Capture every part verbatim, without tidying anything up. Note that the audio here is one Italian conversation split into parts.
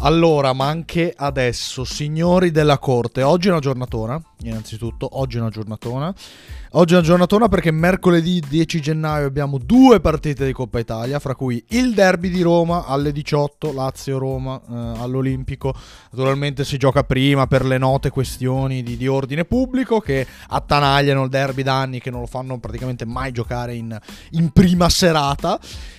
Allora, ma anche adesso, signori della corte, oggi è una giornatona, innanzitutto, oggi è una giornatona. Oggi è una giornatona perché mercoledì dieci gennaio abbiamo due partite di Coppa Italia, fra cui il derby di Roma alle diciotto, Lazio-Roma eh, all'Olimpico. Naturalmente si gioca prima per le note questioni di, di ordine pubblico che attanagliano il derby da anni, che non lo fanno praticamente mai giocare in, in prima serata.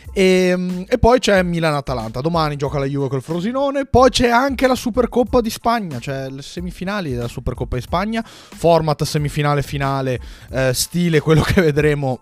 E, e poi c'è Milan-Atalanta, domani gioca la Juve col Frosinone. Poi c'è anche la Supercoppa di Spagna, cioè le semifinali della Supercoppa di Spagna, format semifinale finale, eh, stile quello che vedremo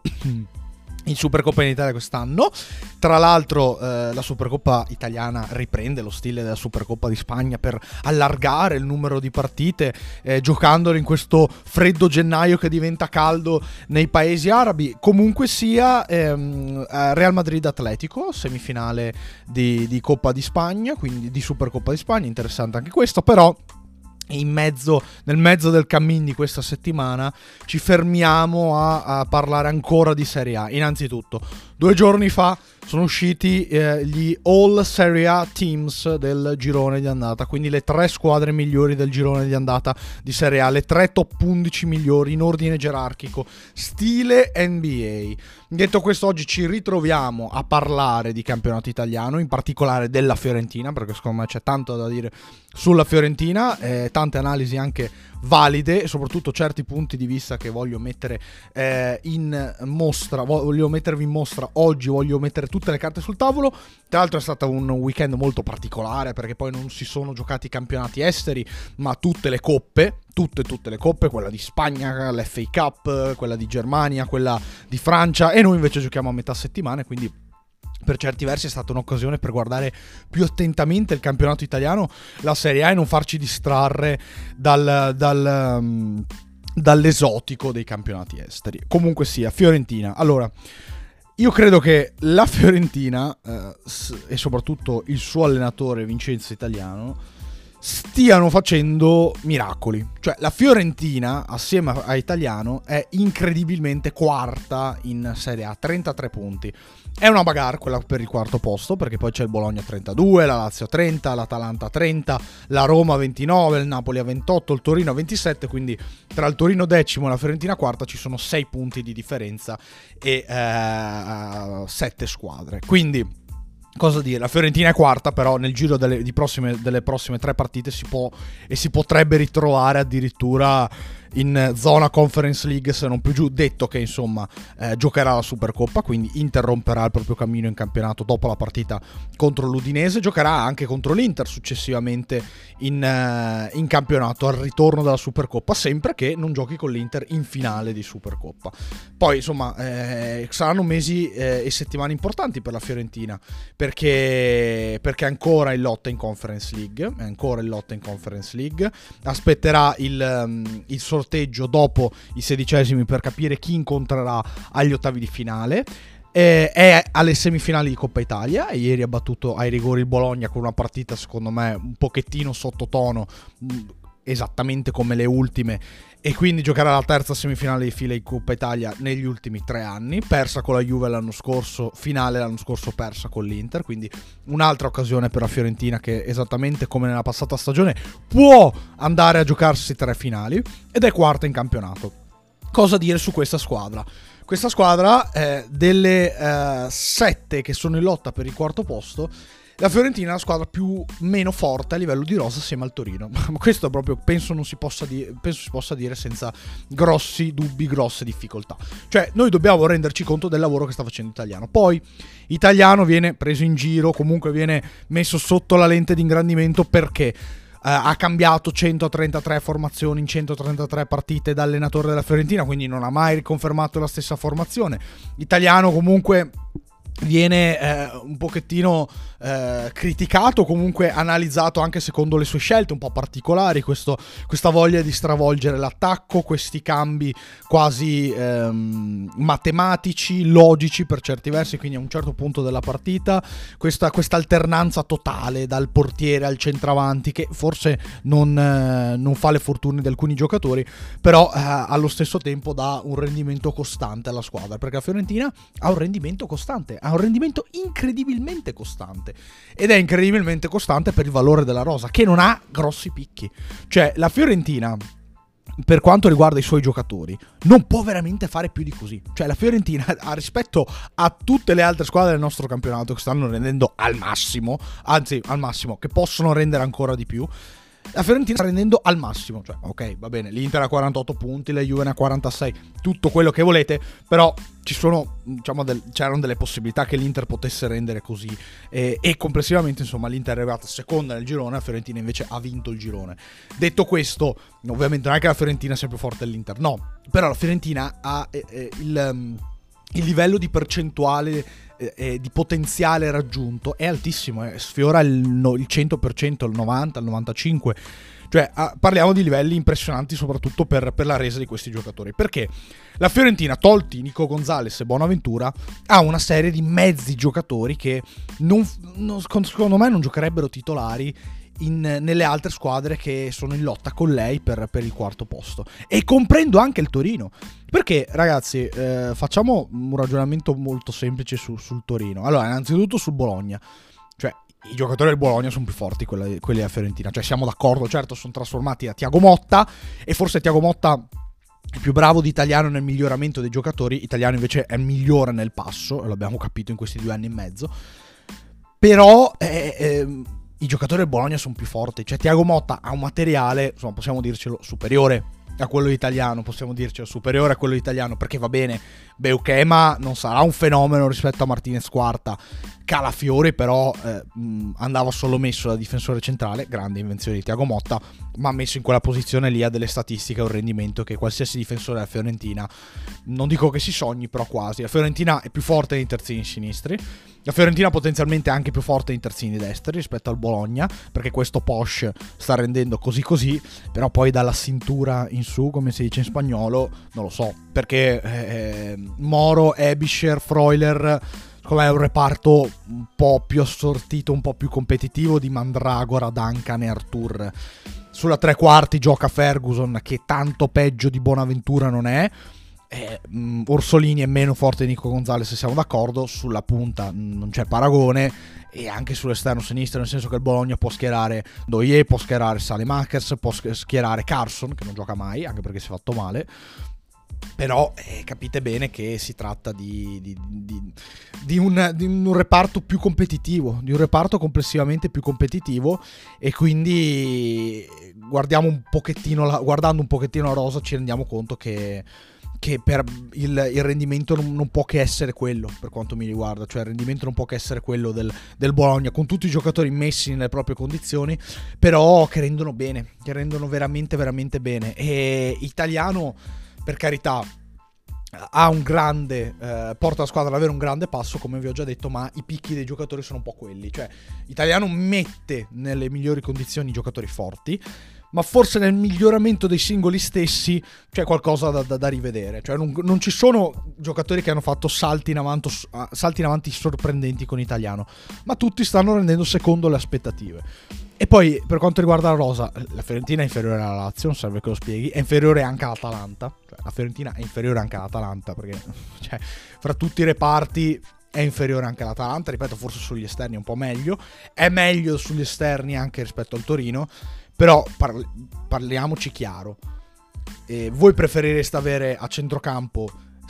in Supercoppa in Italia quest'anno. Tra l'altro eh, la Supercoppa italiana riprende lo stile della Supercoppa di Spagna per allargare il numero di partite, eh, giocandolo in questo freddo gennaio che diventa caldo nei paesi arabi. Comunque sia, ehm, Real Madrid-Atletico, semifinale di, di Coppa di Spagna, quindi di Supercoppa di Spagna, interessante anche questo. Però in mezzo, nel mezzo del cammin di questa settimana ci fermiamo a, a parlare ancora di Serie A. Innanzitutto, due giorni fa sono usciti eh, gli All Serie A Teams del girone di andata, quindi le tre squadre migliori del girone di andata di Serie A, le tre top undici migliori in ordine gerarchico, stile N B A. Detto questo, oggi ci ritroviamo a parlare di campionato italiano, in particolare della Fiorentina, perché secondo me c'è tanto da dire sulla Fiorentina, eh, tante analisi anche valide e soprattutto certi punti di vista che voglio mettere eh, in mostra, voglio mettervi in mostra oggi, voglio mettere tutte le carte sul tavolo. Tra l'altro è stato un weekend molto particolare perché poi non si sono giocati campionati esteri, ma tutte le coppe, tutte tutte le coppe, quella di Spagna, l'F A Cup, quella di Germania, quella di Francia, e noi invece giochiamo a metà settimana, quindi per certi versi è stata un'occasione per guardare più attentamente il campionato italiano, la Serie A, e non farci distrarre dal, dal, um, dall'esotico dei campionati esteri. Comunque sia, Fiorentina. Allora, io credo che la Fiorentina eh, e soprattutto il suo allenatore Vincenzo Italiano stiano facendo miracoli. Cioè la Fiorentina assieme a Italiano è incredibilmente quarta in Serie A, trentatré punti. È una bagarre quella per il quarto posto, perché poi c'è il Bologna a trentadue, la Lazio a trenta, l'Atalanta a trenta, la Roma a ventinove, il Napoli a ventotto, il Torino a ventisette, quindi tra il Torino decimo e la Fiorentina quarta ci sono sei punti di differenza e eh, sette squadre. Quindi cosa dire, la Fiorentina è quarta, però nel giro delle, di prossime, delle prossime tre partite si può e si potrebbe ritrovare addirittura in zona Conference League, se non più giù. Detto che insomma eh, giocherà la Supercoppa, quindi interromperà il proprio cammino in campionato dopo la partita contro l'Udinese, giocherà anche contro l'Inter successivamente in, eh, in campionato al ritorno della Supercoppa, sempre che non giochi con l'Inter in finale di Supercoppa. Poi insomma eh, saranno mesi eh, e settimane importanti per la Fiorentina, perché, perché è ancora in lotta in Conference League, è ancora in lotta in Conference League, aspetterà il, um, il sorteggio dopo i sedicesimi per capire chi incontrerà agli ottavi di finale. Eh, è alle semifinali di Coppa Italia e ieri ha battuto ai rigori il Bologna con una partita secondo me un pochettino sottotono, esattamente come le ultime, e quindi giocherà la terza semifinale di fila in Coppa Italia negli ultimi tre anni, persa con la Juve l'anno scorso, finale l'anno scorso persa con l'Inter, quindi un'altra occasione per la Fiorentina che esattamente come nella passata stagione può andare a giocarsi tre finali, ed è quarta in campionato. Cosa dire su questa squadra? Questa squadra eh, delle eh, sette che sono in lotta per il quarto posto, la Fiorentina è la squadra più meno forte a livello di rosa assieme al Torino. Ma questo proprio penso non si possa dire, penso si possa dire senza grossi dubbi, grosse difficoltà. Cioè noi dobbiamo renderci conto del lavoro che sta facendo Italiano. Poi Italiano viene preso in giro, comunque viene messo sotto la lente di ingrandimento perché Uh, ha cambiato centotrentatré formazioni in centotrentatré partite da allenatore della Fiorentina, quindi non ha mai riconfermato la stessa formazione. Italiano comunque viene eh, un pochettino eh, criticato, comunque analizzato anche secondo le sue scelte un po' particolari, questo, questa voglia di stravolgere l'attacco, questi cambi quasi ehm, matematici, logici per certi versi, quindi a un certo punto della partita questa, questa alternanza totale dal portiere al centravanti che forse non, eh, non fa le fortune di alcuni giocatori, però eh, allo stesso tempo dà un rendimento costante alla squadra, perché la Fiorentina ha un rendimento costante, ha ha un rendimento incredibilmente costante, ed è incredibilmente costante per il valore della rosa, che non ha grossi picchi. Cioè la Fiorentina, per quanto riguarda i suoi giocatori, non può veramente fare più di così. Cioè la Fiorentina, a rispetto a tutte le altre squadre del nostro campionato che stanno rendendo al massimo, anzi al massimo, che possono rendere ancora di più, la Fiorentina sta rendendo al massimo. Cioè ok, va bene, l'Inter ha quarantotto punti, la Juve ne ha quarantasei, tutto quello che volete, però ci sono, diciamo, del, c'erano delle possibilità che l'Inter potesse rendere così, e, e complessivamente insomma l'Inter è arrivata seconda nel girone, la Fiorentina invece ha vinto il girone. Detto questo, ovviamente non è che la Fiorentina sia più forte dell'Inter, no, però la Fiorentina ha eh, eh, il, um, il livello di percentuale eh, di potenziale raggiunto è altissimo, eh, sfiora il, no, il cento per cento, il novanta, il novantacinque. Cioè ah, parliamo di livelli impressionanti, soprattutto per, per la resa di questi giocatori, perché la Fiorentina, tolti Nico Gonzalez e Bonaventura, ha una serie di mezzi giocatori che non, non, secondo me non giocherebbero titolari in, nelle altre squadre che sono in lotta con lei per, per il quarto posto. E comprendo anche il Torino, perché ragazzi eh, facciamo un ragionamento molto semplice su, sul Torino. Allora, innanzitutto sul Bologna, cioè i giocatori del Bologna sono più forti quelli, quelli della Fiorentina, cioè siamo d'accordo, certo sono trasformati da Thiago Motta, e forse Thiago Motta è più bravo di Italiano nel miglioramento dei giocatori, Italiano invece è migliore nel passo, l'abbiamo capito in questi due anni e mezzo, però eh, eh, i giocatori del Bologna sono più forti, cioè Thiago Motta ha un materiale, insomma possiamo dircelo, superiore a quello italiano, possiamo dircelo, superiore a quello italiano, perché va bene, Beukema non sarà un fenomeno rispetto a Martinez Quarta, Calafiori però eh, mh, andava solo messo da difensore centrale, grande invenzione di Thiago Motta, ma messo in quella posizione lì ha delle statistiche e un rendimento che qualsiasi difensore della Fiorentina, non dico che si sogni, però quasi. La Fiorentina è più forte nei terzini sinistri, la Fiorentina potenzialmente è anche più forte nei terzini destri rispetto al Bologna, perché questo Posch sta rendendo così così, però poi dalla cintura in su, come si dice in spagnolo, non lo so, perché eh, Moro, Ebischer, Freuler, come è un reparto un po' più assortito, un po' più competitivo di Mandragora, Duncan e Artur. Sulla tre quarti gioca Ferguson, che tanto peggio di Bonaventura non è. Eh, um, Orsolini è meno forte di Nico Gonzalez, se siamo d'accordo. Sulla punta mh, non c'è paragone, e anche sull'esterno sinistro, nel senso che il Bologna può schierare Doye, può schierare Salemakers, può schierare Carson, che non gioca mai, anche perché si è fatto male. Però eh, capite bene che si tratta di, di, di, di, un, di un reparto più competitivo, di un reparto complessivamente più competitivo, e quindi guardiamo un pochettino la, guardando un pochettino la rosa ci rendiamo conto che, che per il, il rendimento non, non può che essere quello, per quanto mi riguarda, cioè il rendimento non può che essere quello del, del Bologna, con tutti i giocatori messi nelle proprie condizioni, però che rendono bene, che rendono veramente veramente bene. E Italiano, per carità, ha un grande eh, porta la squadra ad avere un grande passo, come vi ho già detto, ma i picchi dei giocatori sono un po' quelli, cioè Italiano mette nelle migliori condizioni i giocatori forti, ma forse nel miglioramento dei singoli stessi c'è qualcosa da, da, da rivedere, cioè non, non ci sono giocatori che hanno fatto salti in, avanti, salti in avanti sorprendenti con Italiano, ma tutti stanno rendendo secondo le aspettative. E poi per quanto riguarda la rosa, la Fiorentina è inferiore alla Lazio, non serve che lo spieghi, è inferiore anche all'Atalanta, cioè la Fiorentina è inferiore anche all'Atalanta, perché cioè, fra tutti i reparti è inferiore anche all'Atalanta, ripeto, forse sugli esterni è un po' meglio, è meglio sugli esterni anche rispetto al Torino, però parli- parliamoci chiaro, eh, voi preferireste avere a centrocampo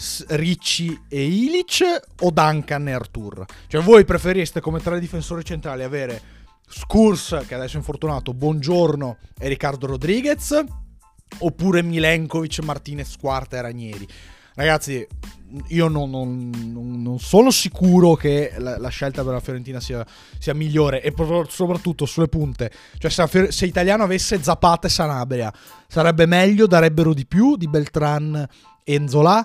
Ricci e Ilic o Duncan e Artur? Cioè voi preferiste come tre difensori centrali avere Skurs, che adesso è infortunato, Buongiorno e Riccardo Rodriguez, oppure Milenkovic, Martinez Quarta e Ranieri? Ragazzi, io non, non, non, non sono sicuro che la, la scelta per la Fiorentina sia, sia migliore, e soprattutto sulle punte, cioè se, se Italiano avesse Zapata e Sanabria sarebbe meglio, darebbero di più di Beltran e Nzola.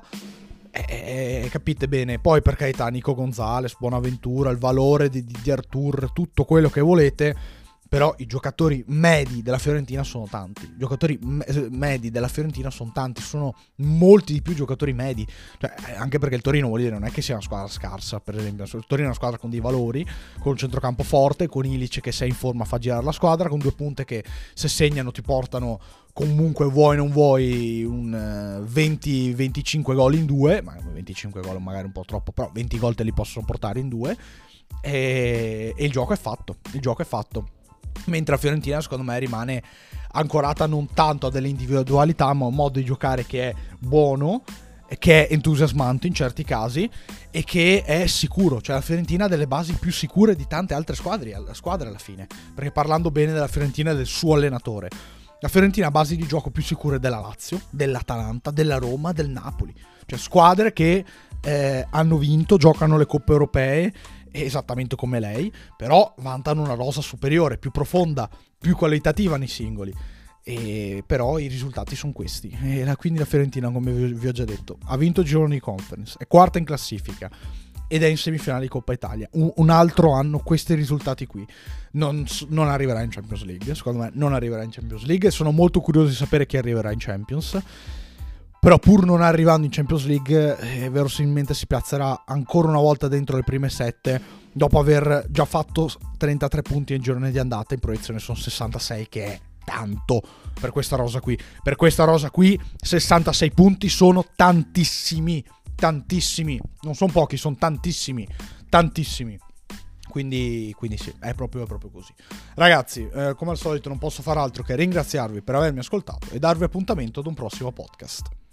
Eh, capite bene. Poi per carità, Nico Gonzalez, Bonaventura, il valore di, di, di Artur, tutto quello che volete, però i giocatori medi della Fiorentina sono tanti. I giocatori me- medi della Fiorentina sono tanti, sono molti di più giocatori medi, cioè, anche perché il Torino, vuol dire, non è che sia una squadra scarsa, per esempio. Il Torino è una squadra con dei valori, con un centrocampo forte, con Ilic che se è in forma fa girare la squadra, con due punte che se segnano ti portano comunque vuoi non vuoi un venti venticinque gol in due, ma venticinque gol magari un po' troppo, però venti gol te li possono portare in due, e, e il gioco è fatto, il gioco è fatto. Mentre la Fiorentina secondo me rimane ancorata non tanto a delle individualità, ma a un modo di giocare che è buono, che è entusiasmante in certi casi e che è sicuro. Cioè la Fiorentina ha delle basi più sicure di tante altre squadre, squadre alla fine, perché parlando bene della Fiorentina e del suo allenatore, la Fiorentina ha basi di gioco più sicure della Lazio, dell'Atalanta, della Roma, del Napoli, cioè squadre che eh, hanno vinto, giocano le coppe europee esattamente come lei, però vantano una rosa superiore, più profonda, più qualitativa nei singoli. E però i risultati sono questi, e la, quindi la Fiorentina, come vi, vi ho già detto, ha vinto il girone di Conference, è quarta in classifica ed è in semifinale di Coppa Italia. Un, un altro anno questi risultati qui non, non arriverà in Champions League, secondo me non arriverà in Champions League. Sono molto curioso di sapere chi arriverà in Champions, però pur non arrivando in Champions League eh, verosimilmente si piazzerà ancora una volta dentro le prime sette, dopo aver già fatto trentatré punti in girone di andata. In proiezione sono sessantasei, che è tanto per questa rosa qui. Per questa rosa qui sessantasei punti sono tantissimi, tantissimi, non sono pochi, sono tantissimi, tantissimi. Quindi, quindi sì, è proprio, è proprio così. Ragazzi, eh, come al solito non posso far altro che ringraziarvi per avermi ascoltato e darvi appuntamento ad un prossimo podcast.